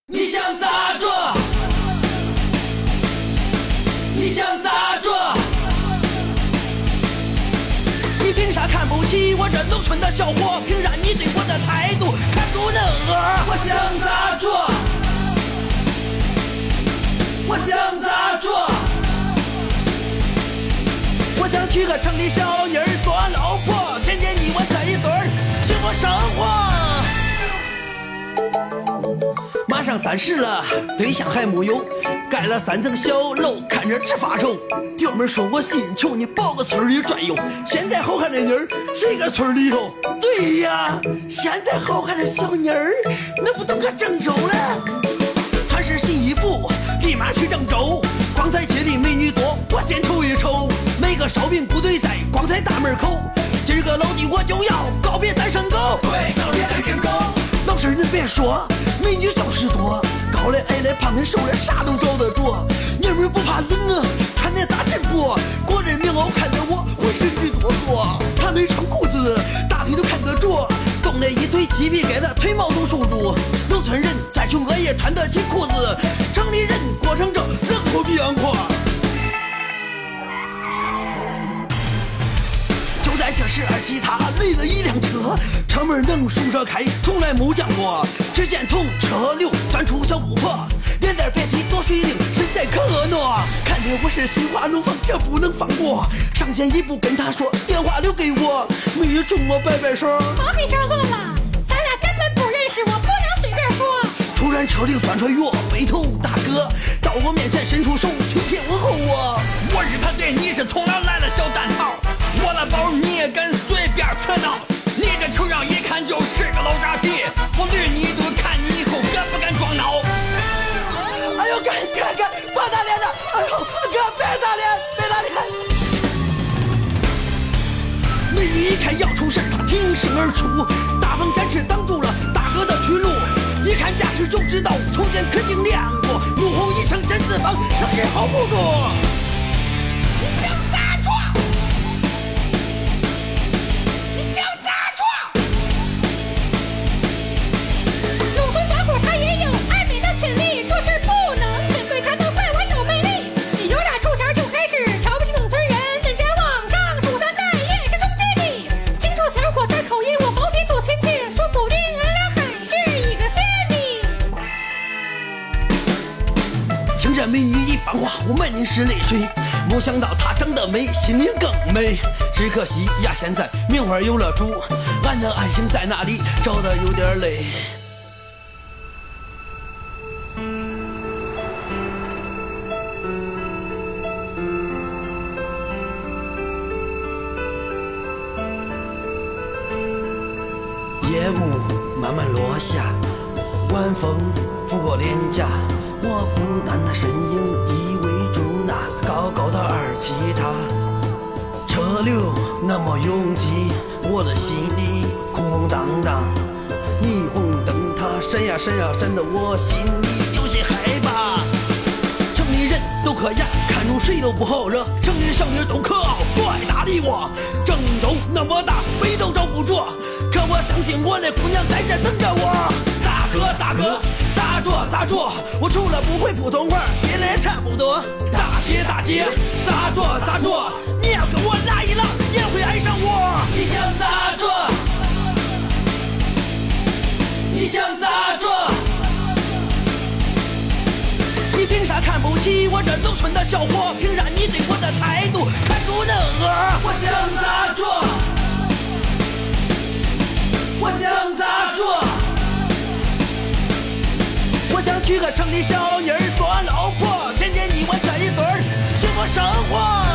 你想咋着？你想咋着？你凭啥看不起我这农村的小伙？凭啥你对我的态度看不能我想咋着？我想咋着？我想娶个城里小妮儿做老婆，天天你我这一对儿幸福生活。马上30了，对象还没有，盖了3层小楼，看着直发愁。弟们说我心穷，你报个村里转悠。现在好看的妮儿是一个村里头。对呀，现在好看的小妮儿，那不都搁郑州了？穿身新衣服，立马去郑州。光彩街里美女多，我先瞅一瞅。每个烧饼部队在光彩大门口。今儿个老弟我就要告别单身狗。对，告别单身狗。老师你别说，美女就是多，高的矮的胖的瘦的啥都找得着。娘们不怕冷啊，穿的咋真薄？国人棉袄看得我浑身直哆嗦。她没穿裤子，大腿都看得着，冻的一腿鸡皮疙瘩，腿毛都竖住。农村人再穷我也穿得起裤子，城里人过成这人活比安阔。在这时二七他累了一辆车，车门能竖着开，从来没讲过。只见从车流钻出小姑婆，脸蛋别提多水灵，身材可婀。看见我是心花怒放，这不能放过。上前一步跟他说，电话留给我。美女冲我摆摆手， 毛笔上乱了，咱俩根本不认识，我不能随便说。 突然车里钻出我背头大哥，到我面前伸出手，亲切问候我。我日他爹，你是从哪来的小蛋草？我的包你也敢随便扯闹？你这球样一看就是个老渣皮，我捋你一顿，看你以后敢不敢装孬？哎呦，干，别打脸的！哎呦，哥别打脸，别打脸！美女一看要出事，她挺身而出，大鹏展翅挡住了大哥的去路。一看架势就知道从前肯定练过，怒吼一声真四方，声音 hold 不住。 你想咋着？你想咋着？农村小伙他也有爱美的权利，做事不能全对他都怪我有魅力。你有点出钱就开始瞧不起农村人，人家往上数3代也是种地理。听出小伙的口音，我毛底多亲切，说不定俺俩还是一个兄弟。 听着美女一番话，我满脸是泪水。没想到她长得美，心灵更美。只可惜呀，现在名花有了主，俺的爱情在哪里找得有点累。夜幕慢慢落下，晚风拂过脸颊，我孤单的身影依偎住那高高的二七塔。车流那么拥挤，我的心里空空荡荡，霓虹灯塔闪呀闪呀闪得我心里有些害怕。城里人都可雅，看出谁都不好惹，城里少女都可傲，不爱搭理我。郑州那么大，北都找不着，可我相信我的姑娘在这等着我。大哥，咋着？我除了不会普通话，别的也差不多。大姐，咋着？你要跟我来一浪，也会爱上我。你想咋着？你想咋着？你凭啥看不起我这农村的小伙？凭啥你对我的态度看不能我想咋着？我想咋着？我想娶个城里小妮儿做老婆，天天你我这一对儿幸福生活。